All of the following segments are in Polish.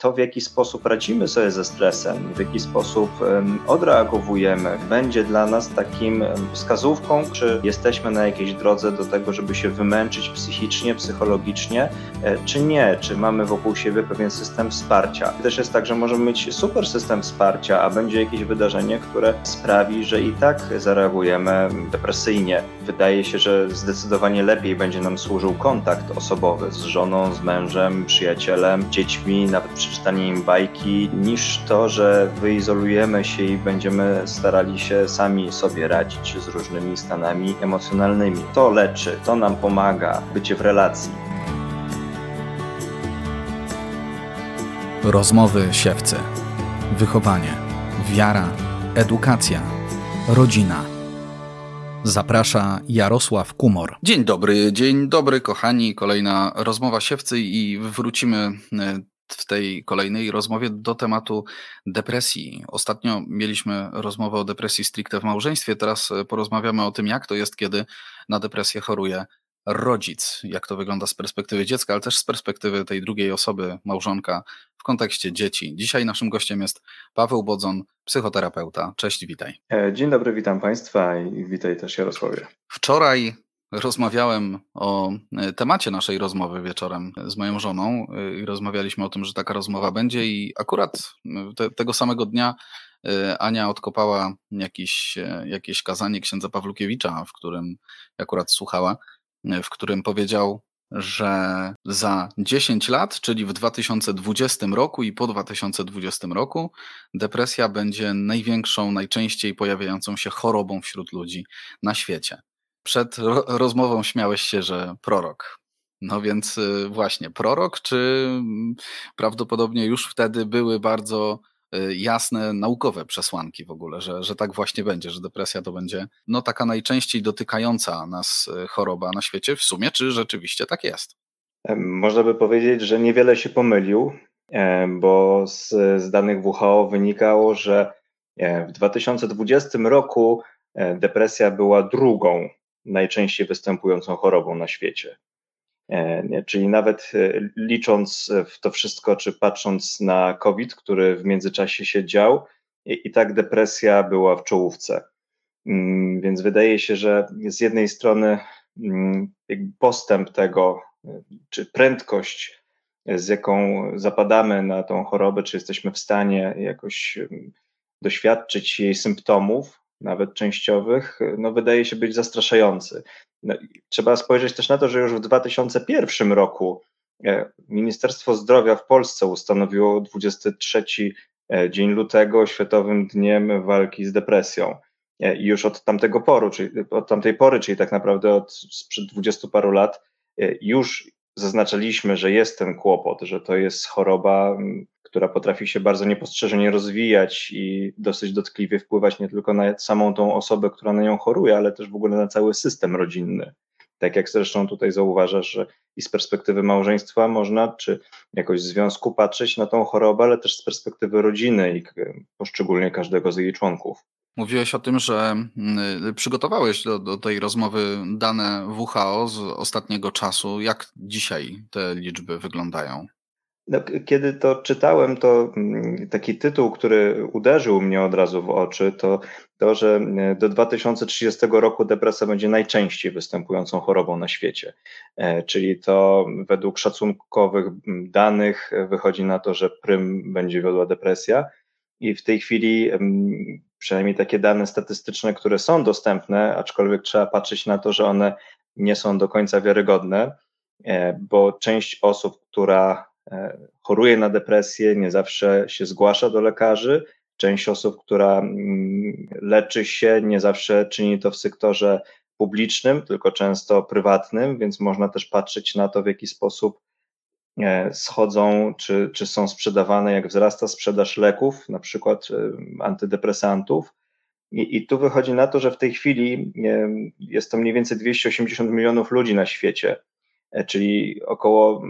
to, w jaki sposób radzimy sobie ze stresem, w jaki sposób odreagowujemy, będzie dla nas takim wskazówką, czy jesteśmy na jakiejś drodze do tego, żeby się wymęczyć psychicznie, psychologicznie, czy nie, czy mamy wokół siebie pewien system wsparcia. Też jest tak, że możemy mieć super system wsparcia, a będzie jakieś wydarzenie, które sprawi, że i tak zareagujemy depresyjnie. Wydaje się, że zdecydowanie lepiej będzie nam służył kontakt osobowy z żoną, z mężem, przyjacielem, dziećmi, nawet przeczytanie im bajki, niż to, że wyizolujemy się i będziemy starali się sami sobie radzić z różnymi stanami emocjonalnymi. To leczy, to nam pomaga, bycie w relacji. Rozmowy siewcy. Wychowanie, wiara, edukacja, rodzina. Zaprasza Jarosław Kumor. Dzień dobry kochani. Kolejna rozmowa siewcy i wrócimy w tej kolejnej rozmowie do tematu depresji. Ostatnio mieliśmy rozmowę o depresji stricte w małżeństwie, teraz porozmawiamy o tym, jak to jest, kiedy na depresję choruje rodzic, jak to wygląda z perspektywy dziecka, ale też z perspektywy tej drugiej osoby, małżonka, w kontekście dzieci. Dzisiaj naszym gościem jest Paweł Bodzon, psychoterapeuta. Cześć, witaj. Dzień dobry, witam Państwa i witaj też Jarosławie. Wczoraj rozmawiałem o temacie naszej rozmowy wieczorem z moją żoną i rozmawialiśmy o tym, że taka rozmowa będzie i akurat tego samego dnia Ania odkopała jakieś kazanie księdza Pawlukiewicza, w którym akurat słuchała, w którym powiedział, że za 10 lat, czyli w 2020 roku i po 2020 roku, depresja będzie największą, najczęściej pojawiającą się chorobą wśród ludzi na świecie. Przed rozmową śmiałeś się, że prorok. No więc właśnie, prorok, czy prawdopodobnie już wtedy były bardzo jasne naukowe przesłanki w ogóle, że tak właśnie będzie, że depresja to będzie taka najczęściej dotykająca nas choroba na świecie w sumie, czy rzeczywiście tak jest? Można by powiedzieć, że niewiele się pomylił, bo z danych WHO wynikało, że w 2020 roku depresja była drugą najczęściej występującą chorobą na świecie. Czyli nawet licząc w to wszystko, czy patrząc na COVID, który w międzyczasie się dział, i tak depresja była w czołówce. Więc wydaje się, że z jednej strony postęp tego, czy prędkość, z jaką zapadamy na tą chorobę, czy jesteśmy w stanie jakoś doświadczyć jej symptomów, nawet częściowych, wydaje się być zastraszający. Trzeba spojrzeć też na to, że już w 2001 roku Ministerstwo Zdrowia w Polsce ustanowiło 23 dzień lutego Światowym Dniem Walki z Depresją. I już od tamtej pory, czyli tak naprawdę sprzed 20 paru lat, już zaznaczaliśmy, że jest ten kłopot, że to jest choroba, która potrafi się bardzo niepostrzeżenie rozwijać i dosyć dotkliwie wpływać nie tylko na samą tą osobę, która na nią choruje, ale też w ogóle na cały system rodzinny. Tak jak zresztą tutaj zauważasz, że i z perspektywy małżeństwa można, czy jakoś związku patrzeć na tą chorobę, ale też z perspektywy rodziny i poszczególnie każdego z jej członków. Mówiłeś o tym, że przygotowałeś do tej rozmowy dane WHO z ostatniego czasu. Jak dzisiaj te liczby wyglądają? Kiedy to czytałem, to taki tytuł, który uderzył mnie od razu w oczy, to, że do 2030 roku depresja będzie najczęściej występującą chorobą na świecie. Czyli to według szacunkowych danych wychodzi na to, że prym będzie wiodła depresja i w tej chwili przynajmniej takie dane statystyczne, które są dostępne, aczkolwiek trzeba patrzeć na to, że one nie są do końca wiarygodne, bo część osób, która choruje na depresję, nie zawsze się zgłasza do lekarzy. Część osób, która leczy się, nie zawsze czyni to w sektorze publicznym, tylko często prywatnym, więc można też patrzeć na to, w jaki sposób schodzą, czy są sprzedawane, jak wzrasta sprzedaż leków, na przykład antydepresantów. I tu wychodzi na to, że w tej chwili jest to mniej więcej 280 milionów ludzi na świecie, czyli około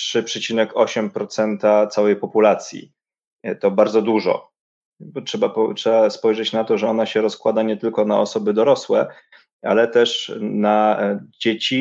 3,8% całej populacji. To bardzo dużo. Bo trzeba spojrzeć na to, że ona się rozkłada nie tylko na osoby dorosłe, ale też na dzieci,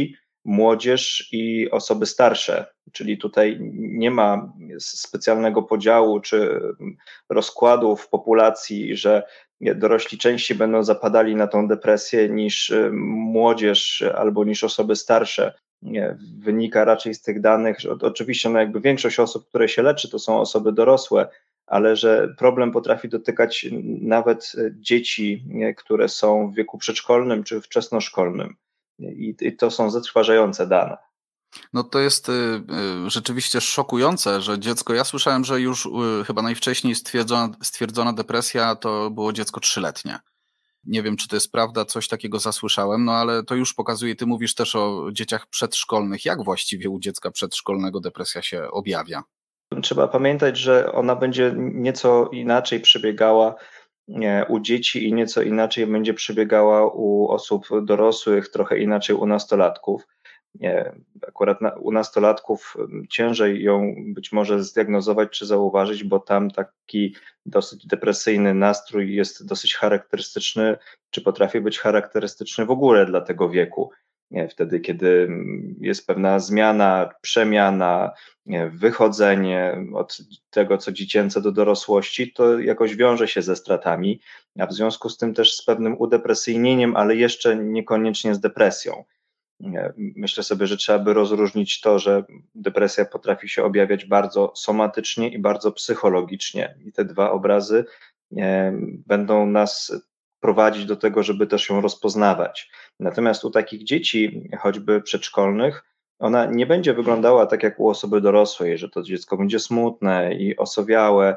młodzież i osoby starsze, czyli tutaj nie ma specjalnego podziału czy rozkładu w populacji, że dorośli częściej będą zapadali na tą depresję niż młodzież albo niż osoby starsze. Wynika raczej z tych danych, że oczywiście jakby większość osób, które się leczy, to są osoby dorosłe, ale że problem potrafi dotykać nawet dzieci, które są w wieku przedszkolnym czy wczesnoszkolnym. I to są zatrważające dane. No to jest rzeczywiście szokujące, że dziecko, ja słyszałem, że już chyba najwcześniej stwierdzona depresja to było dziecko 3-letnie. Nie wiem, czy to jest prawda, coś takiego zasłyszałem, no ale to już pokazuje, ty mówisz też o dzieciach przedszkolnych. Jak właściwie u dziecka przedszkolnego depresja się objawia? Trzeba pamiętać, że ona będzie nieco inaczej przebiegała u dzieci i nieco inaczej będzie przebiegała u osób dorosłych, trochę inaczej u nastolatków. Akurat u nastolatków ciężej ją być może zdiagnozować czy zauważyć, bo tam taki dosyć depresyjny nastrój jest dosyć charakterystyczny, czy potrafi być charakterystyczny w ogóle dla tego wieku. Wtedy, kiedy jest pewna zmiana, przemiana, wychodzenie od tego, co dziecięce do dorosłości, to jakoś wiąże się ze stratami, a w związku z tym też z pewnym udepresyjnieniem, ale jeszcze niekoniecznie z depresją. Myślę sobie, że trzeba by rozróżnić to, że depresja potrafi się objawiać bardzo somatycznie i bardzo psychologicznie. I te dwa obrazy będą nas prowadzić do tego, żeby też ją rozpoznawać. Natomiast u takich dzieci, choćby przedszkolnych, ona nie będzie wyglądała tak jak u osoby dorosłej, że to dziecko będzie smutne i osowiałe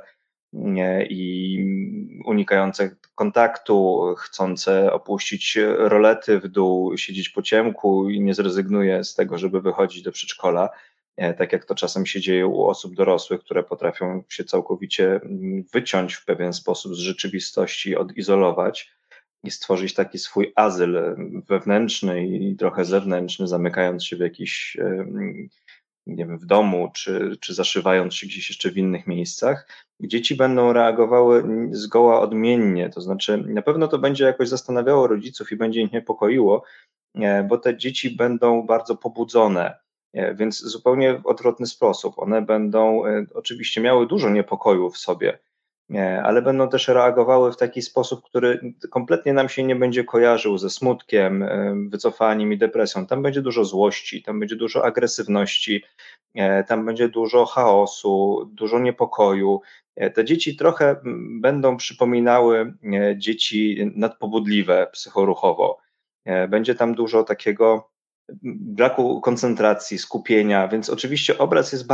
i unikające kontaktu, chcące opuścić rolety w dół, siedzieć po ciemku i nie zrezygnuje z tego, żeby wychodzić do przedszkola, tak jak to czasem się dzieje u osób dorosłych, które potrafią się całkowicie wyciąć w pewien sposób z rzeczywistości, odizolować i stworzyć taki swój azyl wewnętrzny i trochę zewnętrzny, zamykając się w jakiś, nie wiem, w domu, czy zaszywając się gdzieś jeszcze w innych miejscach. Dzieci będą reagowały zgoła odmiennie, to znaczy na pewno to będzie jakoś zastanawiało rodziców i będzie ich niepokoiło, bo te dzieci będą bardzo pobudzone, więc zupełnie w odwrotny sposób. One będą oczywiście miały dużo niepokoju w sobie, ale będą też reagowały w taki sposób, który kompletnie nam się nie będzie kojarzył ze smutkiem, wycofaniem i depresją. Tam będzie dużo złości, tam będzie dużo agresywności, tam będzie dużo chaosu, dużo niepokoju. Te dzieci trochę będą przypominały dzieci nadpobudliwe psychoruchowo. Będzie tam dużo takiego braku koncentracji, skupienia, więc oczywiście obraz jest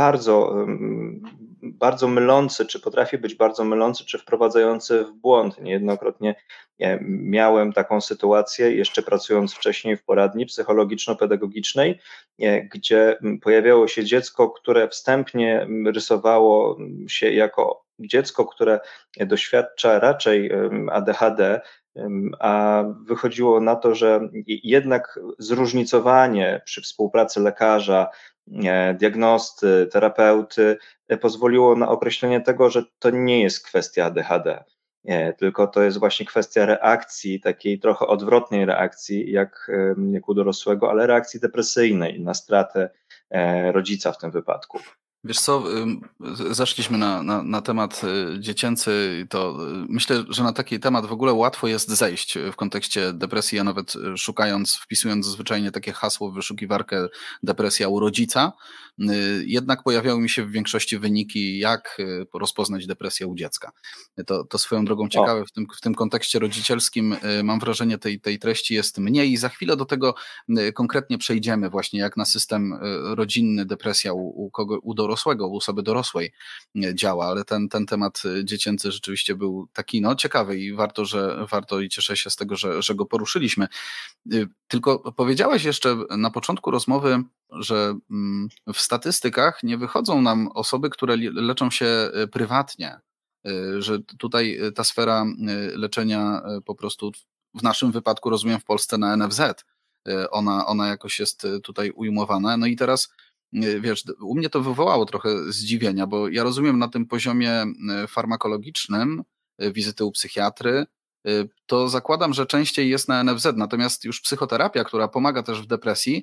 bardzo mylący, czy potrafi być bardzo mylący, czy wprowadzający w błąd. Niejednokrotnie miałem taką sytuację, jeszcze pracując wcześniej w poradni psychologiczno-pedagogicznej, gdzie pojawiało się dziecko, które wstępnie rysowało się jako dziecko, które doświadcza raczej ADHD, a wychodziło na to, że jednak zróżnicowanie przy współpracy lekarza, diagnosty, terapeuty pozwoliło na określenie tego, że to nie jest kwestia ADHD, tylko to jest właśnie kwestia reakcji, takiej trochę odwrotnej reakcji jak u dorosłego, ale reakcji depresyjnej na stratę rodzica w tym wypadku. Wiesz co, zeszliśmy na temat dziecięcy, to myślę, że na taki temat w ogóle łatwo jest zejść w kontekście depresji. Ja nawet wpisując zwyczajnie takie hasło w wyszukiwarkę depresja u rodzica, jednak pojawiały mi się w większości wyniki, jak rozpoznać depresję u dziecka. To swoją drogą ciekawe, w tym kontekście rodzicielskim mam wrażenie tej treści jest mniej i za chwilę do tego konkretnie przejdziemy właśnie, jak na system rodzinny depresja u dorosłego, u osoby dorosłej działa, ale ten temat dziecięcy rzeczywiście był taki ciekawy i warto i cieszę się z tego, że go poruszyliśmy. Tylko powiedziałeś jeszcze na początku rozmowy, że w statystykach nie wychodzą nam osoby, które leczą się prywatnie, że tutaj ta sfera leczenia po prostu w naszym wypadku, rozumiem, w Polsce na NFZ, ona jakoś jest tutaj ujmowana. No i teraz wiesz, u mnie to wywołało trochę zdziwienia, bo ja rozumiem na tym poziomie farmakologicznym wizyty u psychiatry, to zakładam, że częściej jest na NFZ, natomiast już psychoterapia, która pomaga też w depresji,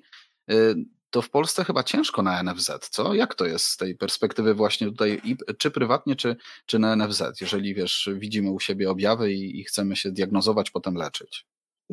to w Polsce chyba ciężko na NFZ, co? Jak to jest z tej perspektywy właśnie tutaj, czy prywatnie, czy na NFZ, jeżeli widzimy u siebie objawy i chcemy się diagnozować, potem leczyć?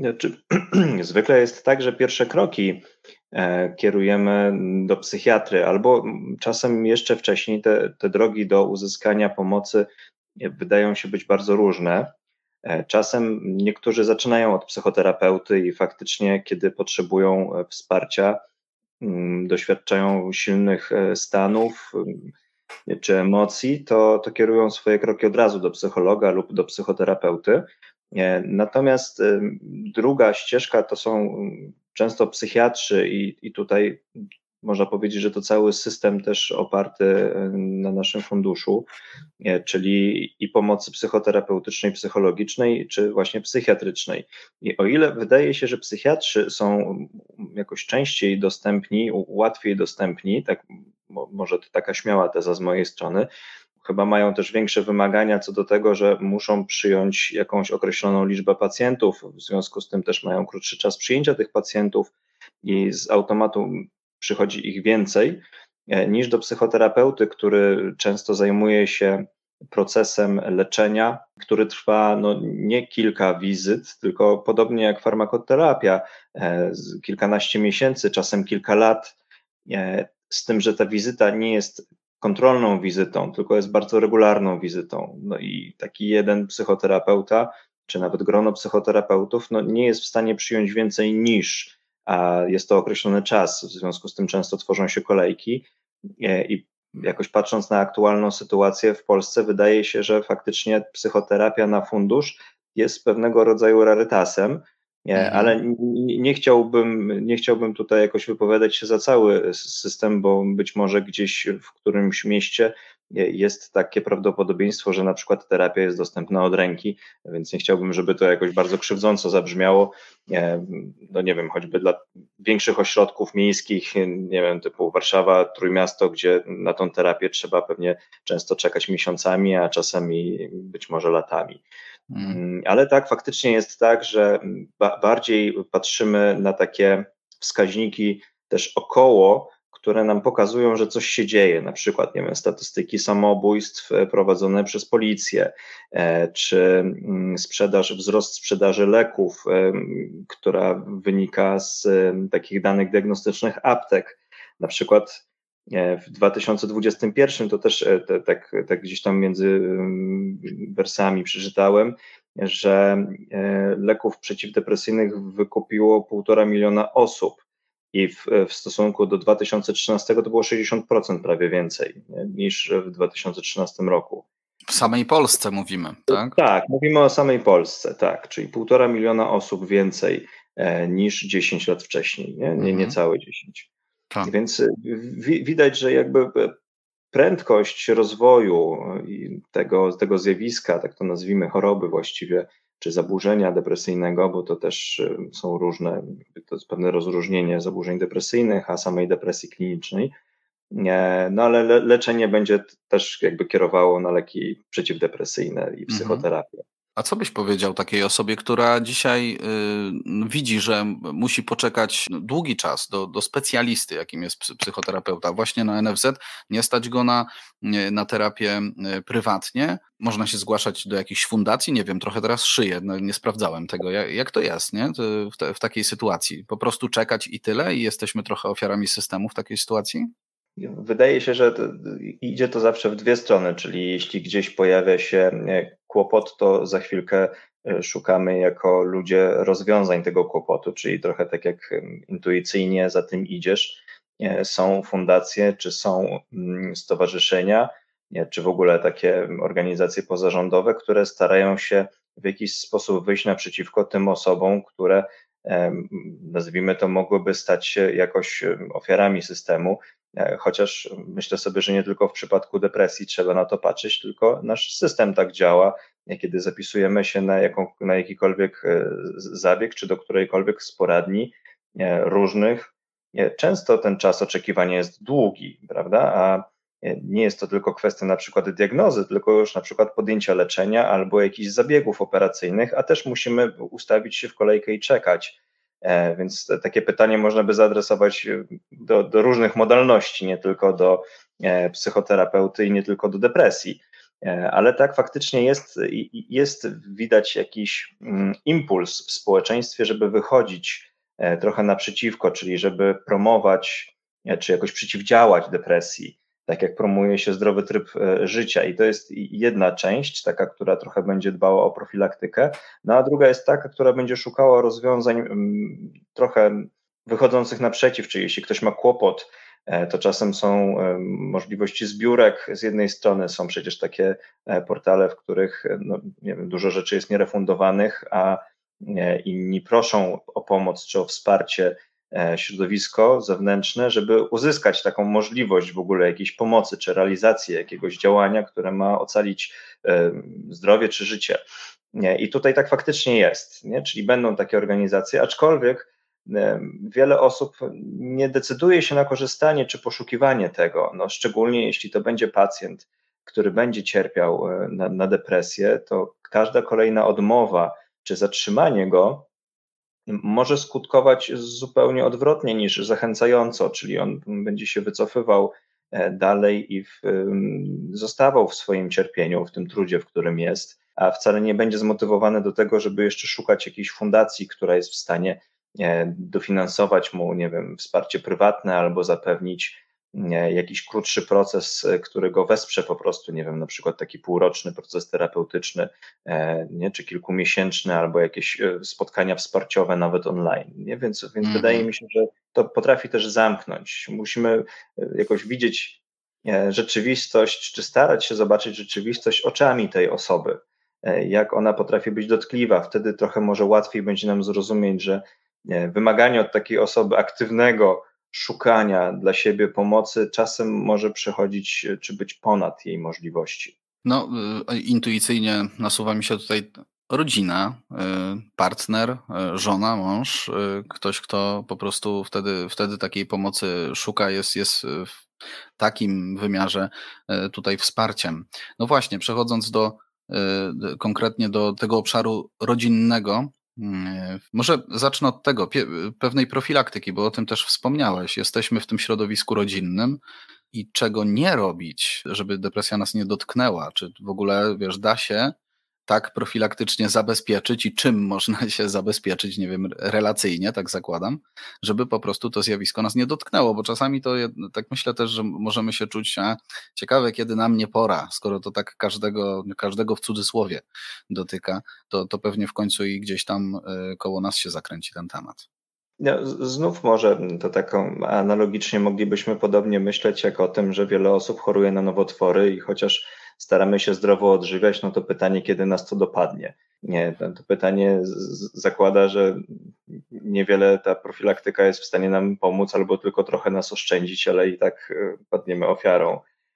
Zwykle jest tak, że pierwsze kroki kierujemy do psychiatry, albo czasem jeszcze wcześniej te drogi do uzyskania pomocy wydają się być bardzo różne. Czasem niektórzy zaczynają od psychoterapeuty i faktycznie, kiedy potrzebują wsparcia, doświadczają silnych stanów czy emocji, to kierują swoje kroki od razu do psychologa lub do psychoterapeuty. Natomiast druga ścieżka to są często psychiatrzy i tutaj można powiedzieć, że to cały system też oparty na naszym funduszu, czyli i pomocy psychoterapeutycznej, psychologicznej, czy właśnie psychiatrycznej. I o ile wydaje się, że psychiatrzy są jakoś częściej dostępni, łatwiej dostępni, tak może to taka śmiała teza z mojej strony, chyba mają też większe wymagania co do tego, że muszą przyjąć jakąś określoną liczbę pacjentów, w związku z tym też mają krótszy czas przyjęcia tych pacjentów i z automatu przychodzi ich więcej, niż do psychoterapeuty, który często zajmuje się procesem leczenia, który trwa nie kilka wizyt, tylko podobnie jak farmakoterapia, kilkanaście miesięcy, czasem kilka lat, z tym, że ta wizyta nie jest kontrolną wizytą, tylko jest bardzo regularną wizytą. No i taki jeden psychoterapeuta, czy nawet grono psychoterapeutów, nie jest w stanie przyjąć więcej niż, a jest to określony czas, w związku z tym często tworzą się kolejki i jakoś patrząc na aktualną sytuację w Polsce, wydaje się, że faktycznie psychoterapia na fundusz jest pewnego rodzaju rarytasem, ale nie chciałbym tutaj jakoś wypowiadać się za cały system, bo być może gdzieś w którymś mieście jest takie prawdopodobieństwo, że na przykład terapia jest dostępna od ręki, więc nie chciałbym, żeby to jakoś bardzo krzywdząco zabrzmiało. Nie wiem, choćby dla większych ośrodków miejskich, nie wiem, typu Warszawa, Trójmiasto, gdzie na tą terapię trzeba pewnie często czekać miesiącami, a czasami być może latami. Ale tak, faktycznie jest tak, że bardziej patrzymy na takie wskaźniki też około, które nam pokazują, że coś się dzieje, na przykład, nie wiem, statystyki samobójstw prowadzone przez policję, czy wzrost sprzedaży leków, która wynika z takich danych diagnostycznych aptek. Na przykład w 2021 to też tak gdzieś tam między wersami przeczytałem, że leków przeciwdepresyjnych wykupiło 1,5 miliona osób i w stosunku do 2013 to było 60% prawie więcej niż w 2013 roku. W samej Polsce mówimy, tak? Tak, mówimy o samej Polsce, tak, czyli 1,5 miliona osób więcej niż 10 lat wcześniej, niecałe 10. Tak. Więc widać, że jakby prędkość rozwoju tego zjawiska, tak to nazwijmy, choroby właściwie, czy zaburzenia depresyjnego, bo to też są różne, to jest pewne rozróżnienie zaburzeń depresyjnych, a samej depresji klinicznej, ale leczenie będzie też jakby kierowało na leki przeciwdepresyjne i psychoterapię. A co byś powiedział takiej osobie, która dzisiaj widzi, że musi poczekać długi czas do specjalisty, jakim jest psychoterapeuta, właśnie na NFZ, nie stać go na terapię prywatnie, można się zgłaszać do jakichś fundacji, nie wiem, trochę teraz szyję, nie sprawdzałem tego, jak to jest, nie? W takiej sytuacji, po prostu czekać i tyle i jesteśmy trochę ofiarami systemu w takiej sytuacji? Wydaje się, że idzie to zawsze w dwie strony, czyli jeśli gdzieś pojawia się kłopot, to za chwilkę szukamy jako ludzie rozwiązań tego kłopotu, czyli trochę tak jak intuicyjnie za tym idziesz. Są fundacje, czy są stowarzyszenia, czy w ogóle takie organizacje pozarządowe, które starają się w jakiś sposób wyjść naprzeciwko tym osobom, które nazwijmy to, mogłyby stać się jakoś ofiarami systemu, chociaż myślę sobie, że nie tylko w przypadku depresji trzeba na to patrzeć, tylko nasz system tak działa, kiedy zapisujemy się na jakikolwiek zabieg, czy do którejkolwiek z poradni różnych, często ten czas oczekiwania jest długi, prawda, a nie jest to tylko kwestia na przykład diagnozy, tylko już na przykład podjęcia leczenia albo jakichś zabiegów operacyjnych, a też musimy ustawić się w kolejkę i czekać. Więc takie pytanie można by zaadresować do różnych modalności, nie tylko do psychoterapeuty i nie tylko do depresji. Ale tak faktycznie jest widać jakiś impuls w społeczeństwie, żeby wychodzić trochę naprzeciwko, czyli żeby promować czy jakoś przeciwdziałać depresji, tak jak promuje się zdrowy tryb życia. I to jest jedna część, taka, która trochę będzie dbała o profilaktykę, no a druga jest taka, która będzie szukała rozwiązań trochę wychodzących naprzeciw, czyli jeśli ktoś ma kłopot, to czasem są możliwości zbiórek. Z jednej strony są przecież takie portale, w których no, nie wiem, dużo rzeczy jest nierefundowanych, a inni proszą o pomoc czy o wsparcie środowisko zewnętrzne, żeby uzyskać taką możliwość w ogóle jakiejś pomocy czy realizacji jakiegoś działania, które ma ocalić zdrowie czy życie. I tutaj tak faktycznie jest, nie? Czyli będą takie organizacje, aczkolwiek wiele osób nie decyduje się na korzystanie czy poszukiwanie tego, no szczególnie jeśli to będzie pacjent, który będzie cierpiał na depresję, to każda kolejna odmowa czy zatrzymanie go może skutkować zupełnie odwrotnie niż zachęcająco, czyli on będzie się wycofywał dalej i zostawał w swoim cierpieniu, w tym trudzie, w którym jest, a wcale nie będzie zmotywowany do tego, żeby jeszcze szukać jakiejś fundacji, która jest w stanie dofinansować mu, nie wiem, wsparcie prywatne albo zapewnić jakiś krótszy proces, który go wesprze po prostu, nie wiem, na przykład taki półroczny proces terapeutyczny, nie, czy kilkumiesięczny, albo jakieś spotkania wsparciowe nawet online, nie? Więc wydaje mi się, że to potrafi też zamknąć. Musimy jakoś widzieć rzeczywistość, czy starać się zobaczyć rzeczywistość oczami tej osoby, jak ona potrafi być dotkliwa, wtedy trochę może łatwiej będzie nam zrozumieć, że wymaganie od takiej osoby aktywnego szukania dla siebie pomocy czasem może przechodzić czy być ponad jej możliwości. No, intuicyjnie nasuwa mi się tutaj rodzina, partner, żona, mąż, ktoś, kto po prostu wtedy takiej pomocy szuka, jest w takim wymiarze tutaj wsparciem. No właśnie, przechodząc konkretnie do tego obszaru rodzinnego, może zacznę od tego, pewnej profilaktyki, bo o tym też wspomniałeś. Jesteśmy w tym środowisku rodzinnym i czego nie robić, żeby depresja nas nie dotknęła? Czy w ogóle, wiesz, da się tak profilaktycznie zabezpieczyć i czym można się zabezpieczyć, nie wiem, relacyjnie, tak zakładam, żeby po prostu to zjawisko nas nie dotknęło, bo czasami to, tak myślę też, że możemy się czuć ciekawe, kiedy nam nie pora, skoro to tak każdego w cudzysłowie dotyka, to pewnie w końcu i gdzieś tam koło nas się zakręci ten temat. No, znów może to taką analogicznie moglibyśmy podobnie myśleć jak o tym, że wiele osób choruje na nowotwory i chociaż staramy się zdrowo odżywiać, no to pytanie, kiedy nas to dopadnie. Nie, to pytanie zakłada, że niewiele ta profilaktyka jest w stanie nam pomóc albo tylko trochę nas oszczędzić, ale i tak padniemy ofiarą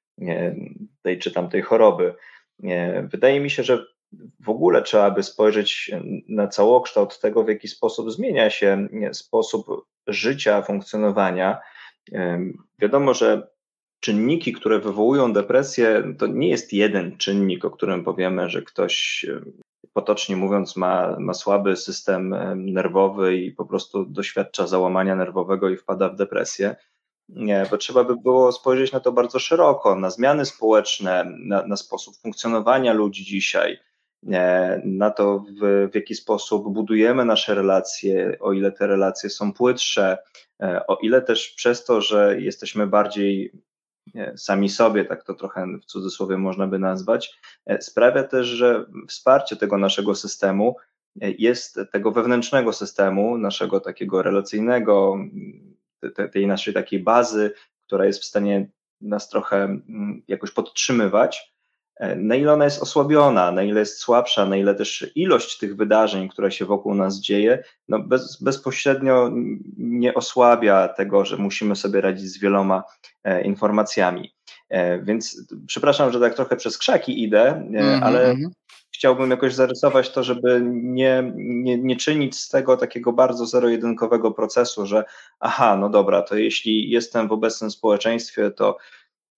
tej czy tamtej choroby. Wydaje mi się, że w ogóle trzeba by spojrzeć na całokształt tego, w jaki sposób zmienia się sposób życia, funkcjonowania. Wiadomo, że czynniki, które wywołują depresję, to nie jest jeden czynnik, o którym powiemy, że ktoś, potocznie mówiąc, ma słaby system nerwowy i po prostu doświadcza załamania nerwowego i wpada w depresję. Nie, bo trzeba by było spojrzeć na to bardzo szeroko, na zmiany społeczne, na sposób funkcjonowania ludzi dzisiaj, na to, w jaki sposób budujemy nasze relacje, o ile te relacje są płytsze, o ile też przez to, że jesteśmy bardziej sami sobie, tak to trochę w cudzysłowie można by nazwać, sprawia też, że wsparcie tego naszego systemu jest tego wewnętrznego systemu, naszego takiego relacyjnego, tej naszej takiej bazy, która jest w stanie nas trochę jakoś podtrzymywać, na ile ona jest osłabiona, na ile jest słabsza, na ile też ilość tych wydarzeń, która się wokół nas dzieje, no bezpośrednio nie osłabia tego, że musimy sobie radzić z wieloma informacjami. Więc przepraszam, że tak trochę przez krzaki idę, ale chciałbym jakoś zarysować to, żeby nie czynić z tego takiego bardzo zero-jedynkowego procesu, że aha, no dobra, to jeśli jestem w obecnym społeczeństwie, to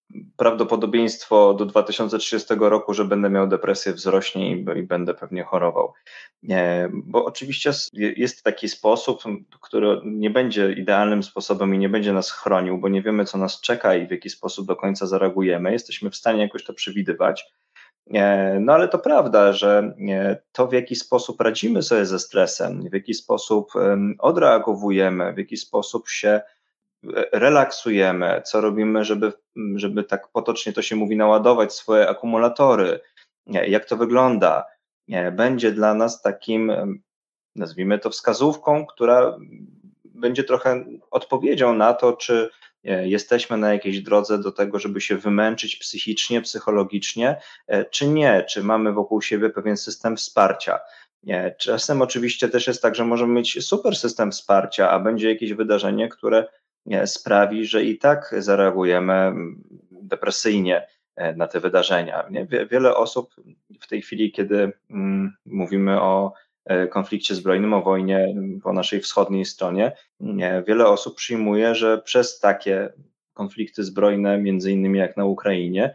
prawdopodobieństwo do 2030 roku, że będę miał depresję, wzrośnie i będę pewnie chorował. Bo oczywiście jest taki sposób, który nie będzie idealnym sposobem i nie będzie nas chronił, bo nie wiemy, co nas czeka i w jaki sposób do końca zareagujemy. Jesteśmy w stanie jakoś to przewidywać. No ale to prawda, że to, w jaki sposób radzimy sobie ze stresem, w jaki sposób odreagowujemy, w jaki sposób się relaksujemy, co robimy, żeby tak potocznie to się mówi, naładować swoje akumulatory, jak to wygląda, będzie dla nas takim, nazwijmy to, wskazówką, która będzie trochę odpowiedzią na to, czy jesteśmy na jakiejś drodze do tego, żeby się wymęczyć psychicznie, psychologicznie, czy nie, czy mamy wokół siebie pewien system wsparcia. Czasem oczywiście też jest tak, że możemy mieć super system wsparcia, a będzie jakieś wydarzenie, które sprawi, że i tak zareagujemy depresyjnie na te wydarzenia. Wiele osób w tej chwili, kiedy mówimy o konflikcie zbrojnym, o wojnie po naszej wschodniej stronie, wiele osób przyjmuje, że przez takie konflikty zbrojne, między innymi jak na Ukrainie,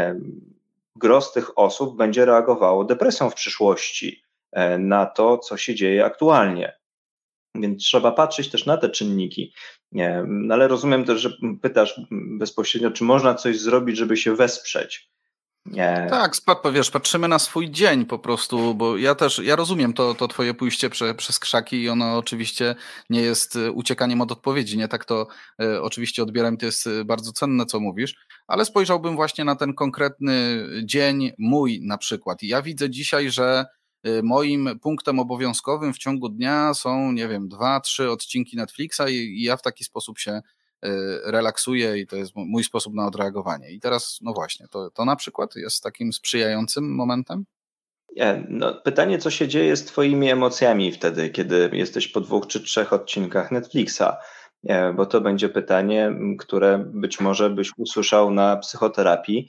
gros tych osób będzie reagowało depresją w przyszłości na to, co się dzieje aktualnie. Więc trzeba patrzeć też na te czynniki. No ale rozumiem też, że pytasz bezpośrednio, czy można coś zrobić, żeby się wesprzeć. Tak, wiesz, patrzymy na swój dzień po prostu, bo ja rozumiem to twoje pójście przez krzaki i ono oczywiście nie jest uciekaniem od odpowiedzi, nie tak to oczywiście odbieram, to jest bardzo cenne, co mówisz, ale spojrzałbym właśnie na ten konkretny dzień mój na przykład i ja widzę dzisiaj, że moim punktem obowiązkowym w ciągu dnia są, nie wiem, 2-3 odcinki Netflixa i ja w taki sposób się relaksuję i to jest mój sposób na odreagowanie. I teraz, no właśnie, to na przykład jest takim sprzyjającym momentem? No, pytanie, co się dzieje z twoimi emocjami wtedy, kiedy jesteś po 2 czy 3 odcinkach Netflixa, bo to będzie pytanie, które być może byś usłyszał na psychoterapii,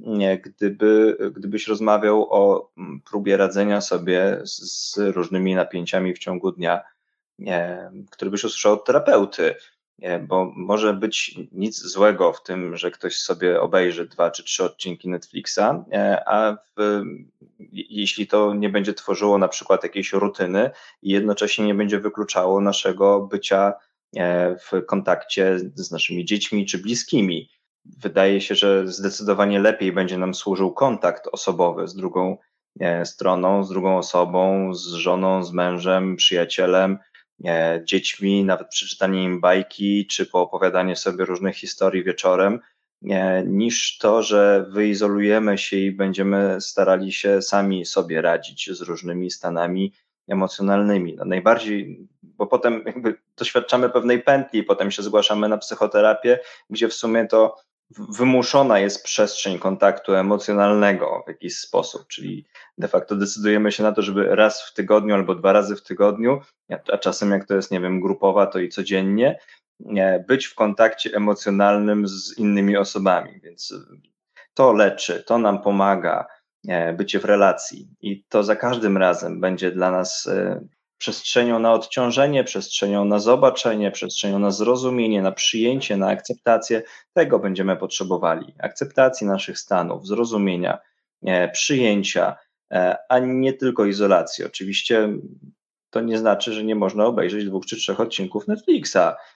gdybyś rozmawiał o próbie radzenia sobie z różnymi napięciami w ciągu dnia, który byś usłyszał od terapeuty. Bo może być nic złego w tym, że ktoś sobie obejrzy 2 czy 3 odcinki Netflixa, a jeśli to nie będzie tworzyło na przykład jakiejś rutyny i jednocześnie nie będzie wykluczało naszego bycia w kontakcie z naszymi dziećmi czy bliskimi. Wydaje się, że zdecydowanie lepiej będzie nam służył kontakt osobowy z drugą stroną, z drugą osobą, z żoną, z mężem, przyjacielem, dziećmi, nawet przeczytanie im bajki, czy poopowiadanie sobie różnych historii wieczorem, niż to, że wyizolujemy się i będziemy starali się sami sobie radzić z różnymi stanami emocjonalnymi. No najbardziej, bo potem jakby doświadczamy pewnej pętli, potem się zgłaszamy na psychoterapię, gdzie w sumie to wymuszona jest przestrzeń kontaktu emocjonalnego w jakiś sposób, czyli de facto decydujemy się na to, żeby raz w tygodniu albo 2 razy w tygodniu, a czasem jak to jest, nie wiem, grupowa, to i codziennie, być w kontakcie emocjonalnym z innymi osobami, więc to leczy, to nam pomaga, bycie w relacji i to za każdym razem będzie dla nas przestrzenią na odciążenie, przestrzenią na zobaczenie, przestrzenią na zrozumienie, na przyjęcie, na akceptację. Tego będziemy potrzebowali. Akceptacji naszych stanów, zrozumienia, przyjęcia, a nie tylko izolacji. Oczywiście to nie znaczy, że nie można obejrzeć 2 czy 3 odcinków Netflixa.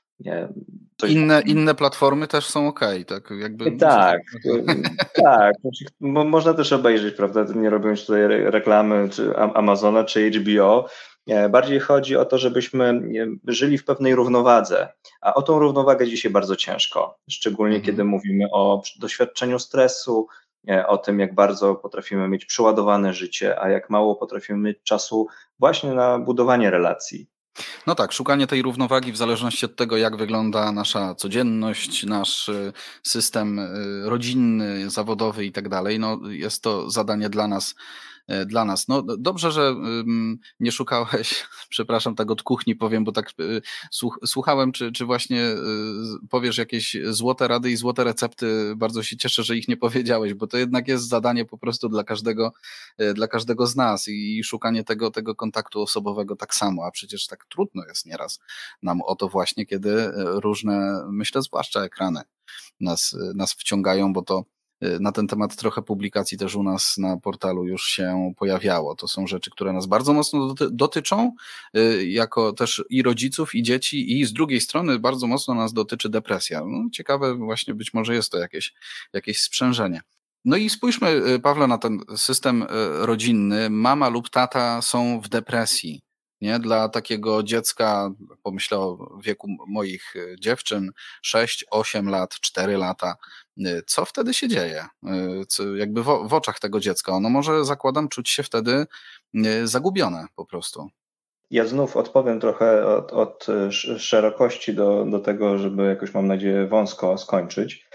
Inne platformy też są okej, tak? Jakby tak, tak. Można też obejrzeć, prawda, nie robiąc tutaj reklamy czy Amazona, czy HBO. Bardziej chodzi o to, żebyśmy żyli w pewnej równowadze, a o tą równowagę dzisiaj bardzo ciężko, szczególnie kiedy mówimy o doświadczeniu stresu, o tym, jak bardzo potrafimy mieć przeładowane życie, a jak mało potrafimy mieć czasu właśnie na budowanie relacji. No tak, szukanie tej równowagi w zależności od tego, jak wygląda nasza codzienność, nasz system rodzinny, zawodowy i tak dalej, no jest to zadanie dla nas dla nas. No dobrze, że nie szukałeś, przepraszam, tak od kuchni powiem, bo tak słuchałem, czy właśnie powiesz jakieś złote rady i złote recepty. Bardzo się cieszę, że ich nie powiedziałeś, bo to jednak jest zadanie po prostu dla każdego z nas i szukanie tego kontaktu osobowego tak samo, a przecież tak trudno jest nieraz nam o to właśnie, kiedy różne, myślę, zwłaszcza ekrany nas wciągają, bo to na ten temat trochę publikacji też u nas na portalu już się pojawiało. To są rzeczy, które nas bardzo mocno dotyczą, jako też i rodziców, i dzieci, i z drugiej strony bardzo mocno nas dotyczy depresja. No, ciekawe właśnie, być może jest to jakieś sprzężenie. No i spójrzmy, Pawle, na ten system rodzinny. Mama lub tata są w depresji. Nie? Dla takiego dziecka, pomyślę o wieku moich dziewczyn, 6, 8 lat, 4 lata, co wtedy się dzieje? Jakby w oczach tego dziecka. Ono może, zakładam, czuć się wtedy zagubione po prostu. Ja znów odpowiem trochę od szerokości do tego, żeby jakoś, mam nadzieję, wąsko skończyć.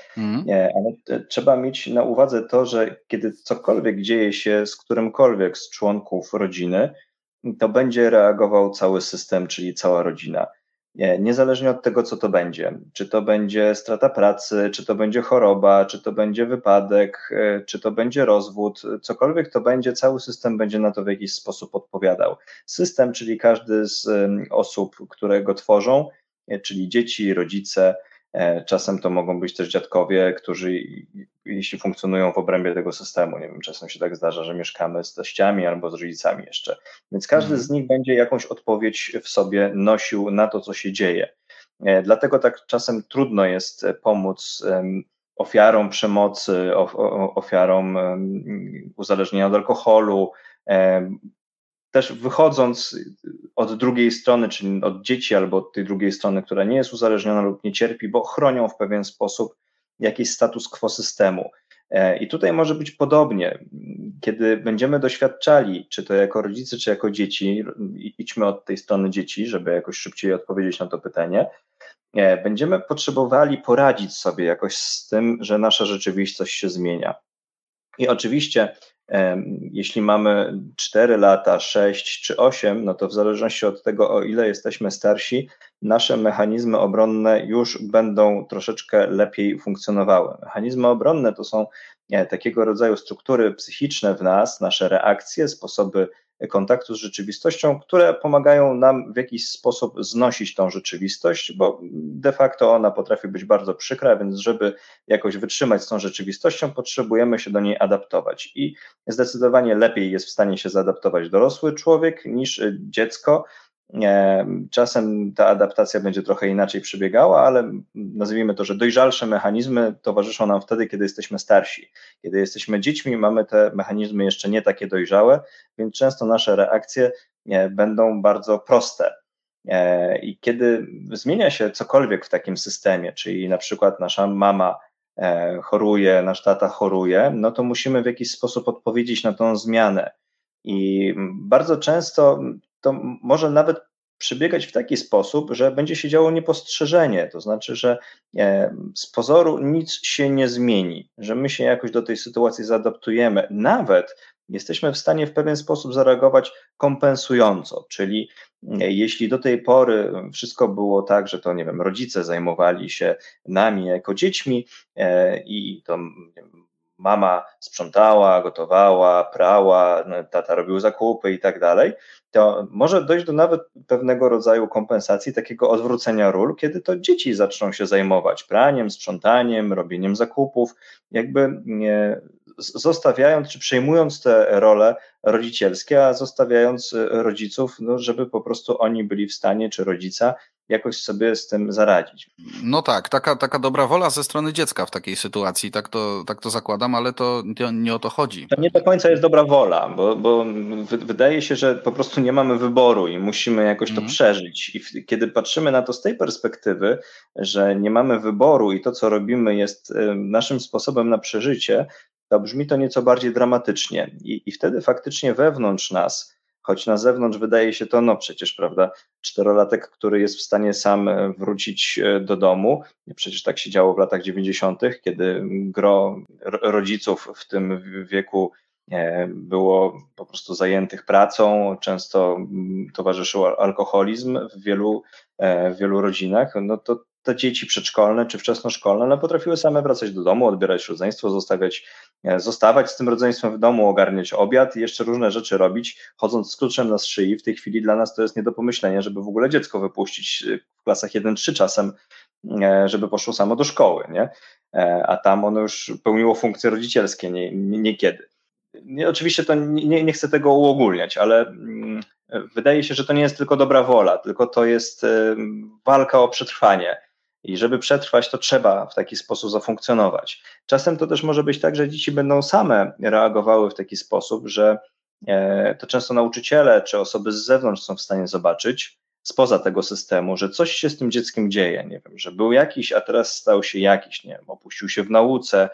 Ale trzeba mieć na uwadze to, że kiedy cokolwiek dzieje się z którymkolwiek z członków rodziny, to będzie reagował cały system, czyli cała rodzina. Niezależnie od tego, co to będzie. Czy to będzie strata pracy, czy to będzie choroba, czy to będzie wypadek, czy to będzie rozwód, cokolwiek to będzie, cały system będzie na to w jakiś sposób odpowiadał. System, czyli każdy z osób, które go tworzą, czyli dzieci, rodzice, czasem to mogą być też dziadkowie, którzy, jeśli funkcjonują w obrębie tego systemu, nie wiem, czasem się tak zdarza, że mieszkamy z teściami albo z rodzicami jeszcze, więc każdy z nich będzie jakąś odpowiedź w sobie nosił na to, co się dzieje. Dlatego tak czasem trudno jest pomóc ofiarom przemocy, ofiarom uzależnienia od alkoholu, też wychodząc od drugiej strony, czyli od dzieci albo od tej drugiej strony, która nie jest uzależniona lub nie cierpi, bo chronią w pewien sposób jakiś status quo systemu. I tutaj może być podobnie, kiedy będziemy doświadczali, czy to jako rodzice, czy jako dzieci, idźmy od tej strony dzieci, żeby jakoś szybciej odpowiedzieć na to pytanie, będziemy potrzebowali poradzić sobie jakoś z tym, że nasza rzeczywistość się zmienia. I oczywiście, jeśli mamy 4 lata, 6 czy 8, no to w zależności od tego, o ile jesteśmy starsi, nasze mechanizmy obronne już będą troszeczkę lepiej funkcjonowały. Mechanizmy obronne to są takiego rodzaju struktury psychiczne w nas, nasze reakcje, sposoby kontaktu z rzeczywistością, które pomagają nam w jakiś sposób znosić tą rzeczywistość, bo de facto ona potrafi być bardzo przykra, więc żeby jakoś wytrzymać z tą rzeczywistością, potrzebujemy się do niej adaptować i zdecydowanie lepiej jest w stanie się zaadaptować dorosły człowiek niż dziecko. Czasem ta adaptacja będzie trochę inaczej przebiegała, ale nazwijmy to, że dojrzalsze mechanizmy towarzyszą nam wtedy, kiedy jesteśmy starsi. Kiedy jesteśmy dziećmi, mamy te mechanizmy jeszcze nie takie dojrzałe, więc często nasze reakcje będą bardzo proste. I kiedy zmienia się cokolwiek w takim systemie, czyli na przykład nasza mama choruje, nasz tata choruje, no to musimy w jakiś sposób odpowiedzieć na tą zmianę. I bardzo często to może nawet przebiegać w taki sposób, że będzie się działo niepostrzeżenie, to znaczy, że z pozoru nic się nie zmieni, że my się jakoś do tej sytuacji zaadaptujemy, nawet jesteśmy w stanie w pewien sposób zareagować kompensująco, czyli jeśli do tej pory wszystko było tak, że to, nie wiem, rodzice zajmowali się nami jako dziećmi i to mama sprzątała, gotowała, prała, tata robił zakupy i tak dalej, to może dojść do nawet pewnego rodzaju kompensacji, takiego odwrócenia ról, kiedy to dzieci zaczną się zajmować praniem, sprzątaniem, robieniem zakupów, jakby zostawiając czy przejmując te role rodzicielskie, a zostawiając rodziców, no, żeby po prostu oni byli w stanie, czy rodzica, jakoś sobie z tym zaradzić. No tak, taka dobra wola ze strony dziecka w takiej sytuacji, tak to zakładam, ale to nie o to chodzi. To nie do końca jest dobra wola, bo wydaje się, że po prostu nie mamy wyboru i musimy jakoś to przeżyć. I kiedy patrzymy na to z tej perspektywy, że nie mamy wyboru i to, co robimy, jest naszym sposobem na przeżycie, to brzmi to nieco bardziej dramatycznie. I wtedy faktycznie wewnątrz nas, choć na zewnątrz wydaje się to, no przecież, prawda, 4-latek, który jest w stanie sam wrócić do domu, przecież tak się działo w latach 90., kiedy gro rodziców w tym wieku było po prostu zajętych pracą, często towarzyszył alkoholizm w wielu rodzinach, no to te dzieci przedszkolne czy wczesnoszkolne, no potrafiły same wracać do domu, odbierać rodzeństwo, zostawać z tym rodzeństwem w domu, ogarniać obiad i jeszcze różne rzeczy robić, chodząc z kluczem na szyi. W tej chwili dla nas to jest nie do pomyślenia, żeby w ogóle dziecko wypuścić w klasach 1-3 czasem, żeby poszło samo do szkoły, nie? A tam ono już pełniło funkcje rodzicielskie niekiedy. Oczywiście to nie chcę tego uogólniać, ale wydaje się, że to nie jest tylko dobra wola, tylko to jest walka o przetrwanie. I żeby przetrwać, to trzeba w taki sposób zafunkcjonować. Czasem to też może być tak, że dzieci będą same reagowały w taki sposób, że to często nauczyciele czy osoby z zewnątrz są w stanie zobaczyć spoza tego systemu, że coś się z tym dzieckiem dzieje, nie wiem, że był jakiś, a teraz stał się jakiś, nie wiem, opuścił się w nauce,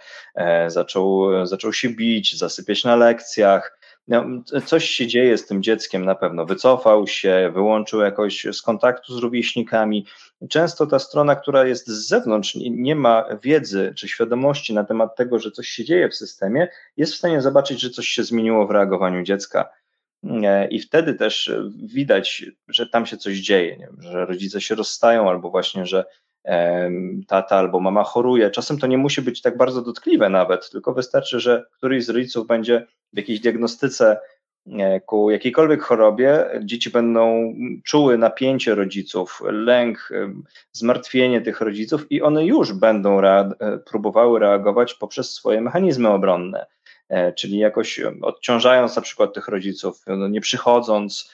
zaczął się bić, zasypiać na lekcjach, no, coś się dzieje z tym dzieckiem na pewno, wycofał się, wyłączył jakoś z kontaktu z rówieśnikami. Często ta strona, która jest z zewnątrz, nie ma wiedzy czy świadomości na temat tego, że coś się dzieje w systemie, jest w stanie zobaczyć, że coś się zmieniło w reagowaniu dziecka. I wtedy też widać, że tam się coś dzieje, nie wiem, że rodzice się rozstają, albo właśnie, że tata albo mama choruje. Czasem to nie musi być tak bardzo dotkliwe nawet, tylko wystarczy, że któryś z rodziców będzie w jakiejś diagnostyce ku jakiejkolwiek chorobie, dzieci będą czuły napięcie rodziców, lęk, zmartwienie tych rodziców i one już będą próbowały reagować poprzez swoje mechanizmy obronne, czyli jakoś odciążając na przykład tych rodziców, nie przychodząc.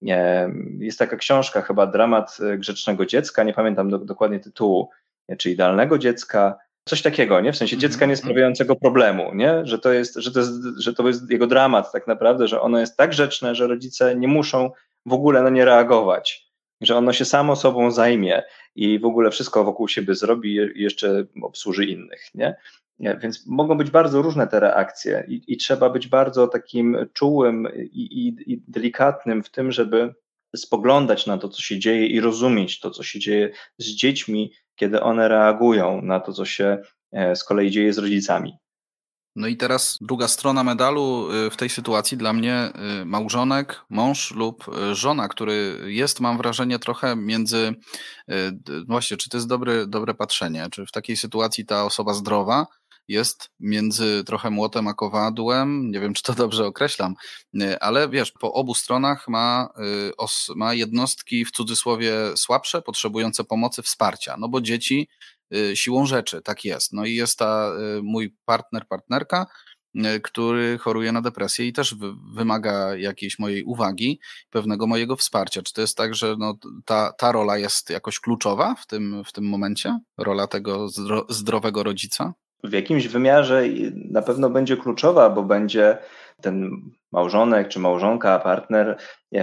Jest taka książka, chyba Dramat grzecznego dziecka, nie pamiętam dokładnie tytułu, czy Idealnego dziecka, coś takiego, nie? W sensie dziecka niesprawiającego problemu, nie? Że to jest jego dramat tak naprawdę, że ono jest tak grzeczne, że rodzice nie muszą w ogóle na nie reagować, że ono się samo sobą zajmie i w ogóle wszystko wokół siebie zrobi i jeszcze obsłuży innych, nie? Więc mogą być bardzo różne te reakcje i trzeba być bardzo takim czułym i delikatnym w tym, żeby spoglądać na to, co się dzieje i rozumieć to, co się dzieje z dziećmi, kiedy one reagują na to, co się z kolei dzieje z rodzicami. No i teraz druga strona medalu w tej sytuacji dla mnie małżonek, mąż lub żona, który jest, mam wrażenie, trochę między, właśnie, czy to jest dobre patrzenie, czy w takiej sytuacji ta osoba zdrowa jest między trochę młotem a kowadłem, nie wiem, czy to dobrze określam, ale wiesz, po obu stronach ma jednostki w cudzysłowie słabsze, potrzebujące pomocy, wsparcia, no bo dzieci siłą rzeczy, tak jest. No i jest mój partnerka, który choruje na depresję i też wymaga jakiejś mojej uwagi, pewnego mojego wsparcia. Czy to jest tak, że no, ta rola jest jakoś kluczowa w tym momencie? Rola tego zdrowego rodzica? W jakimś wymiarze na pewno będzie kluczowa, bo będzie ten małżonek czy małżonka, partner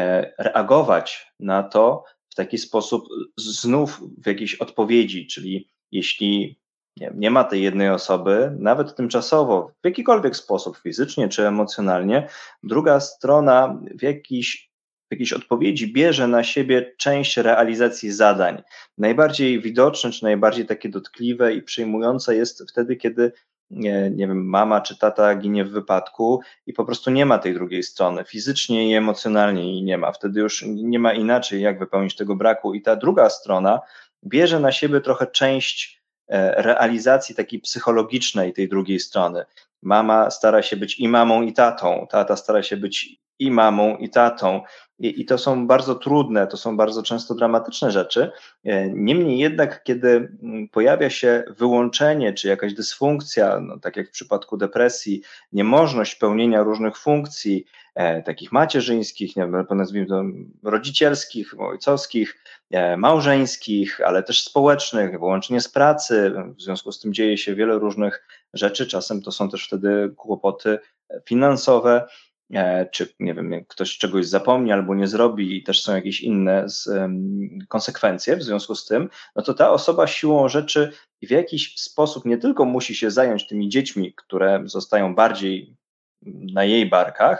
reagować na to w taki sposób znów w jakiejś odpowiedzi, czyli jeśli nie ma tej jednej osoby, nawet tymczasowo, w jakikolwiek sposób, fizycznie czy emocjonalnie, druga strona w jakiejś odpowiedzi bierze na siebie część realizacji zadań. Najbardziej widoczne, czy najbardziej takie dotkliwe i przejmujące jest wtedy, kiedy nie wiem, mama czy tata ginie w wypadku i po prostu nie ma tej drugiej strony, fizycznie i emocjonalnie jej nie ma. Wtedy już nie ma inaczej, jak wypełnić tego braku i ta druga strona bierze na siebie trochę część realizacji takiej psychologicznej tej drugiej strony. Mama stara się być i mamą, i tatą, tata stara się być i mamą, i tatą. I to są bardzo trudne, to są bardzo często dramatyczne rzeczy. Niemniej jednak, kiedy pojawia się wyłączenie czy jakaś dysfunkcja, no, tak jak w przypadku depresji, niemożność pełnienia różnych funkcji, takich macierzyńskich, nie wiem, nazwijmy to rodzicielskich, ojcowskich, małżeńskich, ale też społecznych, wyłączenie z pracy, w związku z tym dzieje się wiele różnych rzeczy, czasem to są też wtedy kłopoty finansowe, czy nie wiem, ktoś czegoś zapomni albo nie zrobi i też są jakieś inne konsekwencje w związku z tym, no to ta osoba siłą rzeczy w jakiś sposób nie tylko musi się zająć tymi dziećmi, które zostają bardziej na jej barkach,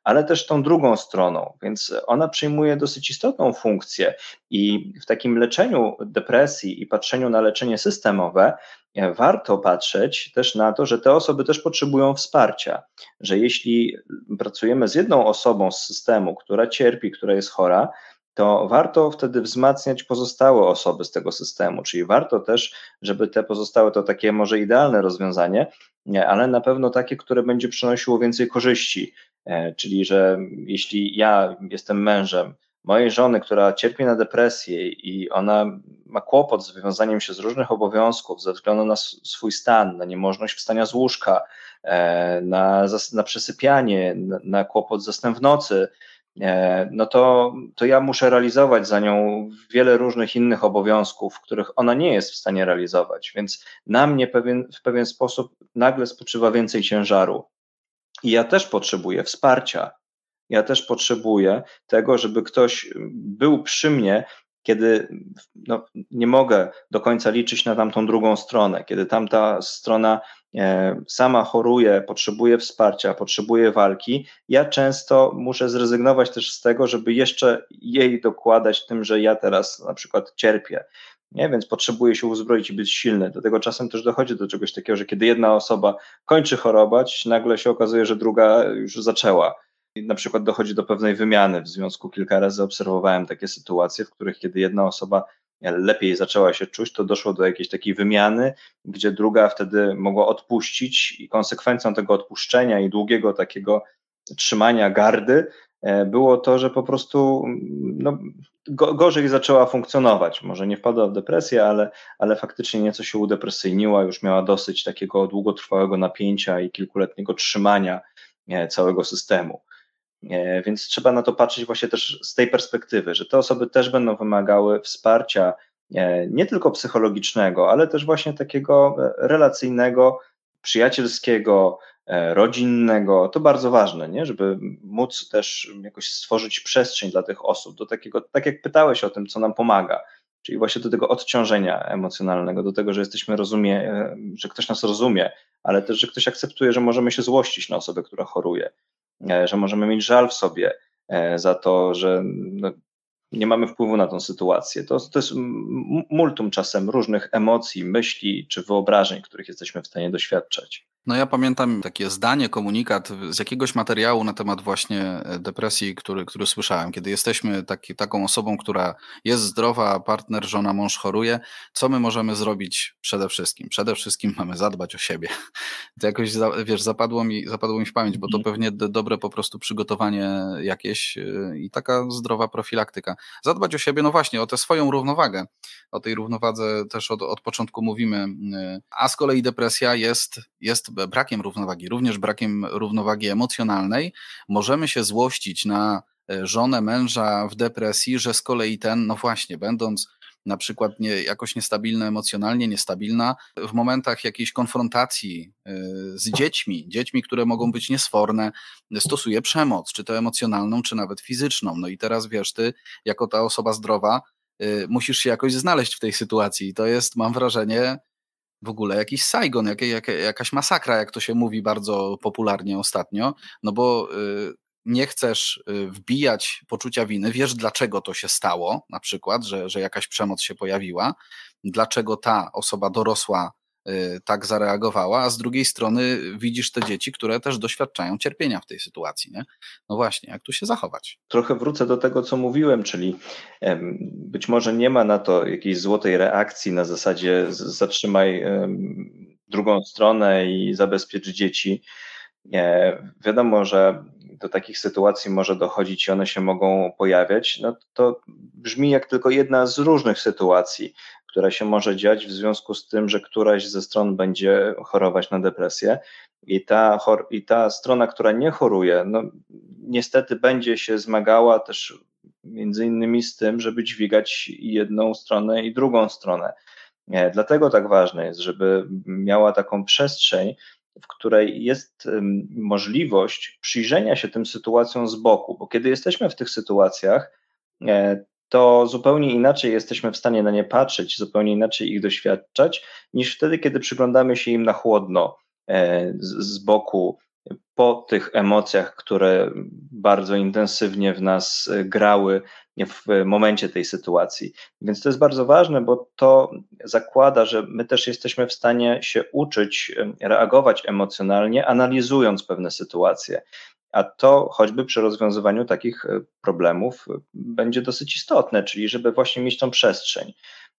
ale też tą drugą stroną, więc ona przyjmuje dosyć istotną funkcję i w takim leczeniu depresji i patrzeniu na leczenie systemowe warto patrzeć też na to, że te osoby też potrzebują wsparcia, że jeśli pracujemy z jedną osobą z systemu, która cierpi, która jest chora, to warto wtedy wzmacniać pozostałe osoby z tego systemu, czyli warto też, żeby te pozostałe, to takie może idealne rozwiązanie, ale na pewno takie, które będzie przynosiło więcej korzyści, czyli że jeśli ja jestem mężem mojej żony, która cierpi na depresję i ona ma kłopot z wywiązaniem się z różnych obowiązków ze względu na swój stan, na niemożność wstania z łóżka, na przesypianie, na kłopot ze snem w nocy, no to ja muszę realizować za nią wiele różnych innych obowiązków, których ona nie jest w stanie realizować, więc na mnie w pewien sposób nagle spoczywa więcej ciężaru. I ja też potrzebuję wsparcia. Ja też potrzebuję tego, żeby ktoś był przy mnie, kiedy nie mogę do końca liczyć na tamtą drugą stronę, kiedy tamta strona sama choruje, potrzebuje wsparcia, potrzebuje walki. Ja często muszę zrezygnować też z tego, żeby jeszcze jej dokładać tym, że ja teraz na przykład cierpię. Nie? Więc potrzebuję się uzbroić i być silny. Do tego czasem też dochodzi do czegoś takiego, że kiedy jedna osoba kończy chorować, nagle się okazuje, że druga już zaczęła. I na przykład dochodzi do pewnej wymiany. W związku kilka razy obserwowałem takie sytuacje, w których kiedy jedna osoba lepiej zaczęła się czuć, to doszło do jakiejś takiej wymiany, gdzie druga wtedy mogła odpuścić i konsekwencją tego odpuszczenia i długiego takiego trzymania gardy było to, że po prostu gorzej zaczęła funkcjonować. Może nie wpadła w depresję, ale faktycznie nieco się udepresyjniła, już miała dosyć takiego długotrwałego napięcia i kilkuletniego trzymania całego systemu. Więc trzeba na to patrzeć właśnie też z tej perspektywy, że te osoby też będą wymagały wsparcia nie tylko psychologicznego, ale też właśnie takiego relacyjnego, przyjacielskiego, rodzinnego. To bardzo ważne, nie? Żeby móc też jakoś stworzyć przestrzeń dla tych osób, do takiego, tak jak pytałeś o tym, co nam pomaga, czyli właśnie do tego odciążenia emocjonalnego, do tego, że że ktoś nas rozumie, ale też, że ktoś akceptuje, że możemy się złościć na osobę, która choruje, że możemy mieć żal w sobie za to, że nie mamy wpływu na tą sytuację. To jest multum czasem różnych emocji, myśli czy wyobrażeń, których jesteśmy w stanie doświadczać. No ja pamiętam takie zdanie, komunikat z jakiegoś materiału na temat właśnie depresji, który słyszałem. Kiedy jesteśmy taką osobą, która jest zdrowa, a partner, żona, mąż choruje, co my możemy zrobić przede wszystkim? Przede wszystkim mamy zadbać o siebie. To jakoś, wiesz, zapadło mi w pamięć, bo to pewnie dobre po prostu przygotowanie jakieś i taka zdrowa profilaktyka. Zadbać o siebie, no właśnie, o tę swoją równowagę. O tej równowadze też od początku mówimy. A z kolei depresja jest brakiem równowagi, również brakiem równowagi emocjonalnej. Możemy się złościć na żonę, męża w depresji, że z kolei no właśnie, będąc na przykład jakoś niestabilna emocjonalnie, niestabilna, w momentach jakiejś konfrontacji z dziećmi, które mogą być niesforne, stosuje przemoc, czy to emocjonalną, czy nawet fizyczną. No i teraz wiesz, ty jako ta osoba zdrowa musisz się jakoś znaleźć w tej sytuacji. I to jest, mam wrażenie, w ogóle jakiś Saigon, jakaś masakra, jak to się mówi bardzo popularnie ostatnio, no bo nie chcesz wbijać poczucia winy, wiesz dlaczego to się stało, na przykład, że jakaś przemoc się pojawiła, dlaczego ta osoba dorosła tak zareagowała, a z drugiej strony widzisz te dzieci, które też doświadczają cierpienia w tej sytuacji, nie? No właśnie, jak tu się zachować? Trochę wrócę do tego, co mówiłem, czyli być może nie ma na to jakiejś złotej reakcji na zasadzie zatrzymaj drugą stronę i zabezpiecz dzieci. Wiadomo, że do takich sytuacji może dochodzić i one się mogą pojawiać. No to brzmi jak tylko jedna z różnych sytuacji, która się może dziać w związku z tym, że któraś ze stron będzie chorować na depresję i ta strona, która nie choruje, no niestety będzie się zmagała też między innymi z tym, żeby dźwigać jedną stronę i drugą stronę. Dlatego tak ważne jest, żeby miała taką przestrzeń, w której jest możliwość przyjrzenia się tym sytuacjom z boku, bo kiedy jesteśmy w tych sytuacjach, to zupełnie inaczej jesteśmy w stanie na nie patrzeć, zupełnie inaczej ich doświadczać, niż wtedy, kiedy przyglądamy się im na chłodno z boku, po tych emocjach, które bardzo intensywnie w nas grały w momencie tej sytuacji. Więc to jest bardzo ważne, bo to zakłada, że my też jesteśmy w stanie się uczyć reagować emocjonalnie, analizując pewne sytuacje. A to choćby przy rozwiązywaniu takich problemów będzie dosyć istotne, czyli żeby właśnie mieć tą przestrzeń.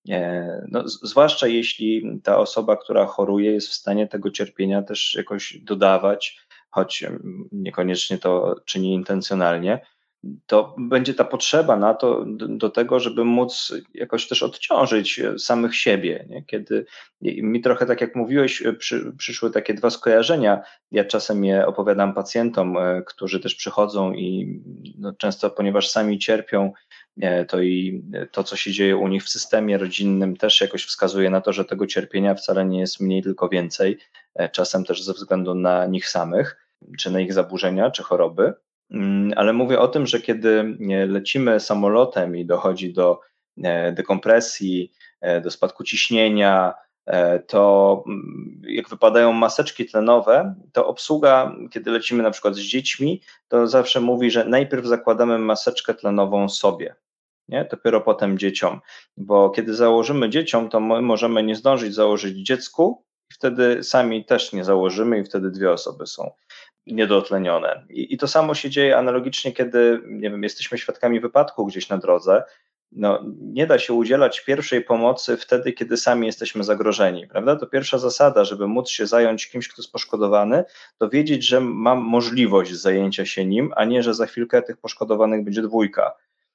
No, zwłaszcza jeśli ta osoba, która choruje, jest w stanie tego cierpienia też jakoś dodawać, choć niekoniecznie to czyni intencjonalnie, to będzie ta potrzeba na to, do tego, żeby móc jakoś też odciążyć samych siebie. Nie? Kiedy mi trochę, tak jak mówiłeś, przyszły takie dwa skojarzenia. Ja czasem je opowiadam pacjentom, którzy też przychodzą i no, często, ponieważ sami cierpią, to i to, co się dzieje u nich w systemie rodzinnym, też jakoś wskazuje na to, że tego cierpienia wcale nie jest mniej, tylko więcej. Czasem też ze względu na nich samych, czy na ich zaburzenia, czy choroby. Ale mówię o tym, że kiedy lecimy samolotem i dochodzi do dekompresji, do spadku ciśnienia, to jak wypadają maseczki tlenowe, to obsługa, kiedy lecimy na przykład z dziećmi, to zawsze mówi, że najpierw zakładamy maseczkę tlenową sobie, nie? Dopiero potem dzieciom, bo kiedy założymy dzieciom, to my możemy nie zdążyć założyć dziecku i wtedy sami też nie założymy i wtedy dwie osoby są niedotlenione. I to samo się dzieje analogicznie, kiedy nie wiem, jesteśmy świadkami wypadku gdzieś na drodze. No, nie da się udzielać pierwszej pomocy wtedy, kiedy sami jesteśmy zagrożeni, prawda? To pierwsza zasada, żeby móc się zająć kimś, kto jest poszkodowany, to wiedzieć, że mam możliwość zajęcia się nim, a nie, że za chwilkę tych poszkodowanych będzie dwójka.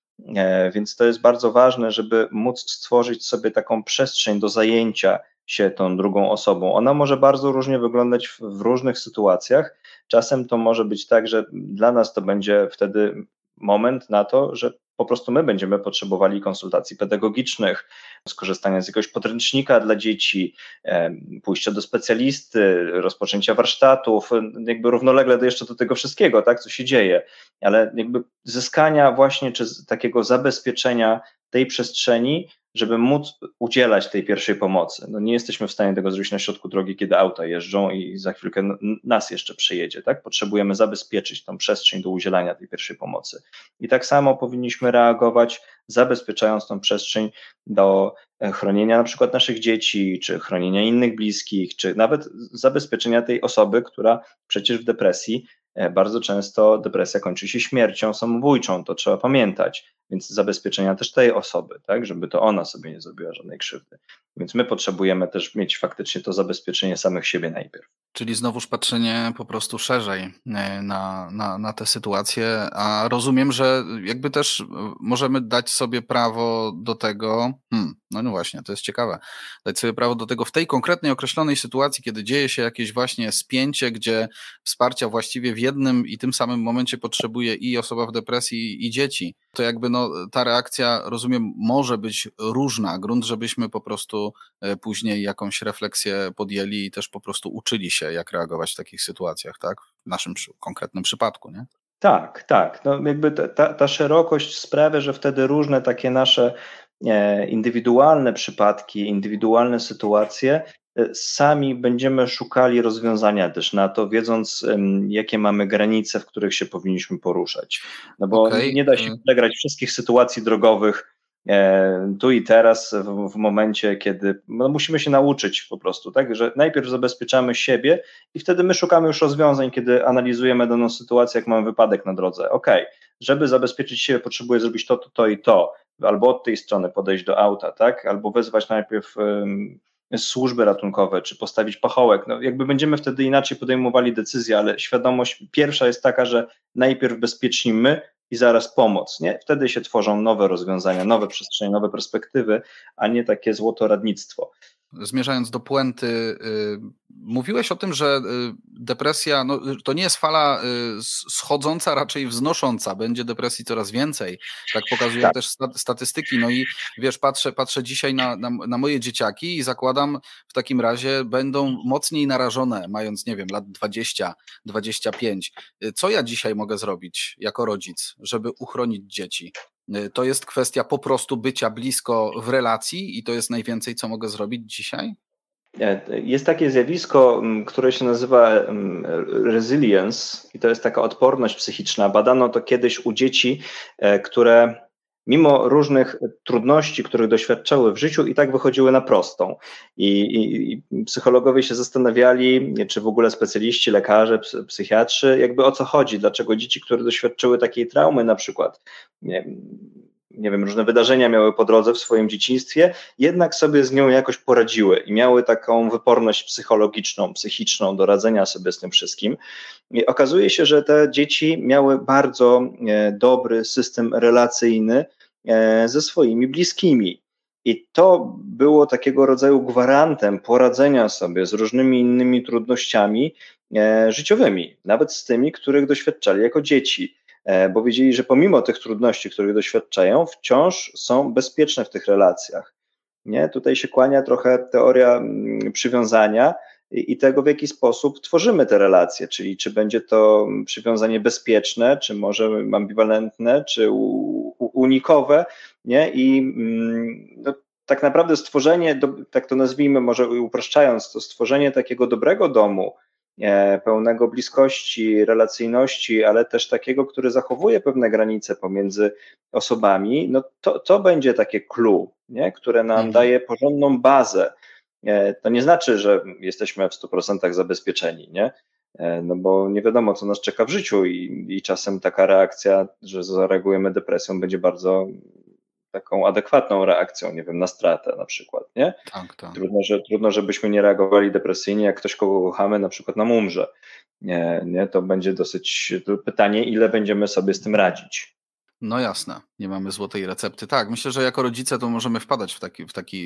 Więc to jest bardzo ważne, żeby móc stworzyć sobie taką przestrzeń do zajęcia się tą drugą osobą. Ona może bardzo różnie wyglądać w różnych sytuacjach. Czasem to może być tak, że dla nas to będzie wtedy moment na to, że po prostu my będziemy potrzebowali konsultacji pedagogicznych, skorzystania z jakiegoś podręcznika dla dzieci, pójścia do specjalisty, rozpoczęcia warsztatów, jakby równolegle jeszcze do tego wszystkiego, tak, co się dzieje, ale jakby zyskania właśnie, czy takiego zabezpieczenia tej przestrzeni, żeby móc udzielać tej pierwszej pomocy. No nie jesteśmy w stanie tego zrobić na środku drogi, kiedy auta jeżdżą i za chwilkę nas jeszcze przyjedzie, tak? Potrzebujemy zabezpieczyć tą przestrzeń do udzielania tej pierwszej pomocy. I tak samo powinniśmy reagować, zabezpieczając tą przestrzeń do chronienia na przykład naszych dzieci, czy chronienia innych bliskich, czy nawet zabezpieczenia tej osoby, która przecież w depresji, bardzo często depresja kończy się śmiercią samobójczą, to trzeba pamiętać, więc zabezpieczenia też tej osoby, tak, żeby to ona sobie nie zrobiła żadnej krzywdy. Więc my potrzebujemy też mieć faktycznie to zabezpieczenie samych siebie najpierw. Czyli znowuż patrzenie po prostu szerzej na tę sytuację, a rozumiem, że jakby też możemy dać sobie prawo do tego, no właśnie, to jest ciekawe, dać sobie prawo do tego w tej konkretnej, określonej sytuacji, kiedy dzieje się jakieś właśnie spięcie, gdzie wsparcia właściwie w jednym i tym samym momencie potrzebuje i osoba w depresji, i dzieci, to jakby no ta reakcja, rozumiem, może być różna, grunt, żebyśmy po prostu później jakąś refleksję podjęli i też po prostu uczyli się, jak reagować w takich sytuacjach, tak? W naszym konkretnym przypadku, nie? Tak, tak. No jakby ta szerokość sprawia, że wtedy różne takie nasze indywidualne przypadki, indywidualne sytuacje, sami będziemy szukali rozwiązania też na to, wiedząc, jakie mamy granice, w których się powinniśmy poruszać. No bo nie da się przegrać wszystkich sytuacji drogowych tu i teraz, w momencie, kiedy no, musimy się nauczyć po prostu, tak, że najpierw zabezpieczamy siebie i wtedy my szukamy już rozwiązań, kiedy analizujemy daną sytuację, jak mamy wypadek na drodze. Okej, żeby zabezpieczyć siebie, potrzebuję zrobić to i to, albo od tej strony podejść do auta, tak, albo wezwać najpierw służby ratunkowe, czy postawić pachołek, no jakby będziemy wtedy inaczej podejmowali decyzje, ale świadomość pierwsza jest taka, że najpierw bezpieczni my i zaraz pomoc, nie? Wtedy się tworzą nowe rozwiązania, nowe przestrzenie, nowe perspektywy, a nie takie złotoradnictwo. Zmierzając do puenty, mówiłeś o tym, że depresja no, to nie jest fala schodząca, raczej wznosząca. Będzie depresji coraz więcej. Tak pokazują też statystyki. No i wiesz, patrzę dzisiaj na moje dzieciaki i zakładam, w takim razie będą mocniej narażone, mając, nie wiem, lat 20, 25. Co ja dzisiaj mogę zrobić jako rodzic, żeby uchronić dzieci? To jest kwestia po prostu bycia blisko w relacji i to jest najwięcej, co mogę zrobić dzisiaj? Jest takie zjawisko, które się nazywa resilience i to jest taka odporność psychiczna. Badano to kiedyś u dzieci, które mimo różnych trudności, których doświadczały w życiu, i tak wychodziły na prostą. I psychologowie się zastanawiali, czy w ogóle specjaliści, lekarze, psychiatrzy, jakby o co chodzi, dlaczego dzieci, które doświadczyły takiej traumy, na przykład nie wiem, różne wydarzenia miały po drodze w swoim dzieciństwie, jednak sobie z nią jakoś poradziły i miały taką wyporność psychologiczną, psychiczną do radzenia sobie z tym wszystkim. I okazuje się, że te dzieci miały bardzo dobry system relacyjny ze swoimi bliskimi. I to było takiego rodzaju gwarantem poradzenia sobie z różnymi innymi trudnościami życiowymi, nawet z tymi, których doświadczali jako dzieci. Bo wiedzieli, że pomimo tych trudności, których doświadczają, wciąż są bezpieczne w tych relacjach. Nie? Tutaj się kłania trochę teoria przywiązania i tego, w jaki sposób tworzymy te relacje, czyli czy będzie to przywiązanie bezpieczne, czy może ambiwalentne, czy unikowe, nie? I no, tak naprawdę stworzenie, tak to nazwijmy, może upraszczając, to stworzenie takiego dobrego domu, pełnego bliskości, relacyjności, ale też takiego, który zachowuje pewne granice pomiędzy osobami, no to będzie takie clue, nie? Które nam daje porządną bazę. To nie znaczy, że jesteśmy w 100% zabezpieczeni, nie? No bo nie wiadomo, co nas czeka w życiu i czasem taka reakcja, że zareagujemy depresją, będzie bardzo taką adekwatną reakcją, nie wiem, na stratę na przykład, nie? Tak, tak. Trudno, żebyśmy nie reagowali depresyjnie, jak ktoś, kogo kochamy, na przykład nam umrze. Nie, to będzie dosyć pytanie, ile będziemy sobie z tym radzić. No jasne, nie mamy złotej recepty. Tak, myślę, że jako rodzice to możemy wpadać w taki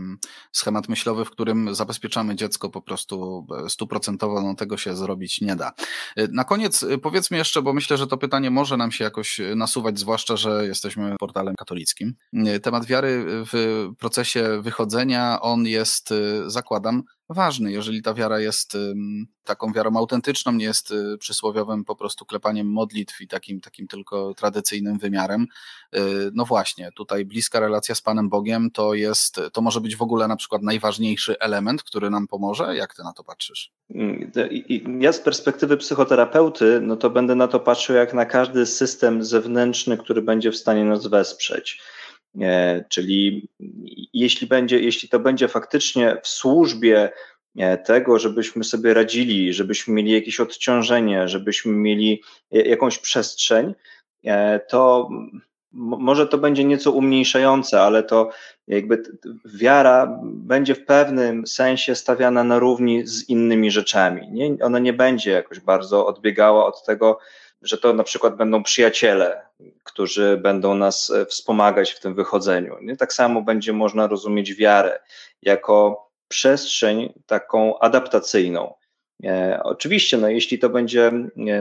schemat myślowy, w którym zabezpieczamy dziecko po prostu 100%, no tego się zrobić nie da. Na koniec powiedzmy jeszcze, bo myślę, że to pytanie może nam się jakoś nasuwać, zwłaszcza, że jesteśmy portalem katolickim. Temat wiary w procesie wychodzenia, on jest, zakładam, ważny. Jeżeli ta wiara jest taką wiarą autentyczną, nie jest przysłowiowym po prostu klepaniem modlitw i takim tylko tradycyjnym wymiarem, no właśnie, tutaj bliska relacja z Panem Bogiem to może być w ogóle na przykład najważniejszy element, który nam pomoże? Jak ty na to patrzysz? Ja z perspektywy psychoterapeuty, no to będę na to patrzył jak na każdy system zewnętrzny, który będzie w stanie nas wesprzeć. Czyli jeśli to będzie faktycznie w służbie tego, żebyśmy sobie radzili, żebyśmy mieli jakieś odciążenie, żebyśmy mieli jakąś przestrzeń, to może to będzie nieco umniejszające, ale to jakby wiara będzie w pewnym sensie stawiana na równi z innymi rzeczami. Nie? Ona nie będzie jakoś bardzo odbiegała od tego, że to na przykład będą przyjaciele, którzy będą nas wspomagać w tym wychodzeniu. Nie? Tak samo będzie można rozumieć wiarę jako przestrzeń taką adaptacyjną. Oczywiście, no, jeśli to będzie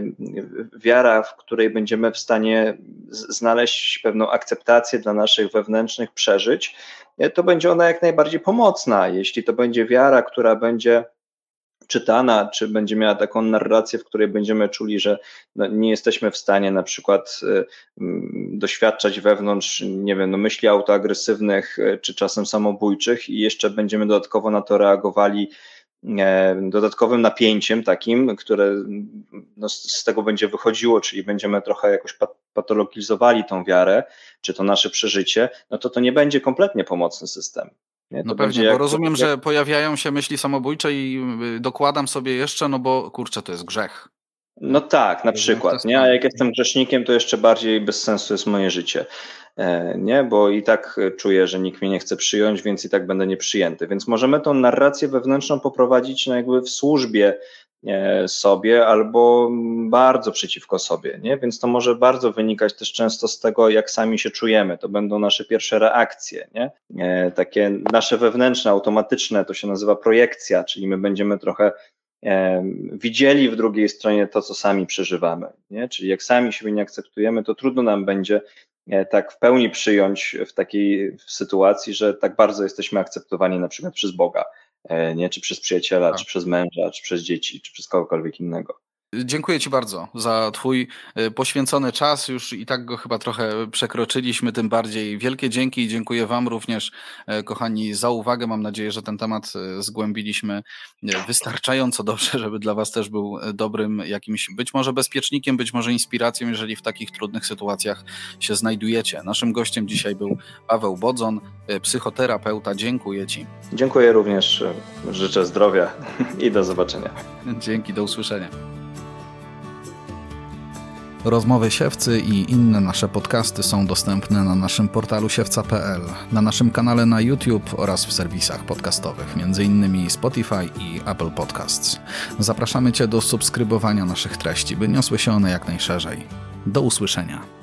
wiara, w której będziemy w stanie znaleźć pewną akceptację dla naszych wewnętrznych przeżyć, to będzie ona jak najbardziej pomocna. Jeśli to będzie wiara, która będzie czytana, czy będzie miała taką narrację, w której będziemy czuli, że no, nie jesteśmy w stanie na przykład doświadczać wewnątrz, nie wiem, no, myśli autoagresywnych, czy czasem samobójczych i jeszcze będziemy dodatkowo na to reagowali dodatkowym napięciem takim, które no, z tego będzie wychodziło, czyli będziemy trochę jakoś patologizowali tą wiarę, czy to nasze przeżycie, no to nie będzie kompletnie pomocny system. Nie? No pewnie, bo rozumiem, że pojawiają się myśli samobójcze i dokładam sobie jeszcze, no bo kurczę, to jest grzech. No tak, na przykład, nie? A jak jestem grzesznikiem, to jeszcze bardziej bez sensu jest moje życie, nie? Bo i tak czuję, że nikt mnie nie chce przyjąć, więc i tak będę nieprzyjęty. Więc możemy tą narrację wewnętrzną poprowadzić no jakby w służbie sobie albo bardzo przeciwko sobie, nie? Więc to może bardzo wynikać też często z tego, jak sami się czujemy. To będą nasze pierwsze reakcje, nie? Takie nasze wewnętrzne, automatyczne, to się nazywa projekcja, czyli my będziemy trochę widzieli w drugiej stronie to, co sami przeżywamy, nie? Czyli jak sami siebie nie akceptujemy, to trudno nam będzie tak w pełni przyjąć w takiej sytuacji, że tak bardzo jesteśmy akceptowani na przykład przez Boga, nie? Czy przez przyjaciela, czy przez męża, czy przez dzieci, czy przez kogokolwiek innego. Dziękuję Ci bardzo za Twój poświęcony czas. Już i tak go chyba trochę przekroczyliśmy, tym bardziej wielkie dzięki i dziękuję Wam również, kochani, za uwagę. Mam nadzieję, że ten temat zgłębiliśmy wystarczająco dobrze, żeby dla Was też był dobrym jakimś, być może bezpiecznikiem, być może inspiracją, jeżeli w takich trudnych sytuacjach się znajdujecie. Naszym gościem dzisiaj był Paweł Bodzon, psychoterapeuta. Dziękuję Ci. Dziękuję również. Życzę zdrowia i do zobaczenia. Dzięki, do usłyszenia. Rozmowy Siewcy i inne nasze podcasty są dostępne na naszym portalu siewca.pl, na naszym kanale na YouTube oraz w serwisach podcastowych, m.in. Spotify i Apple Podcasts. Zapraszamy Cię do subskrybowania naszych treści, by niosły się one jak najszerzej. Do usłyszenia.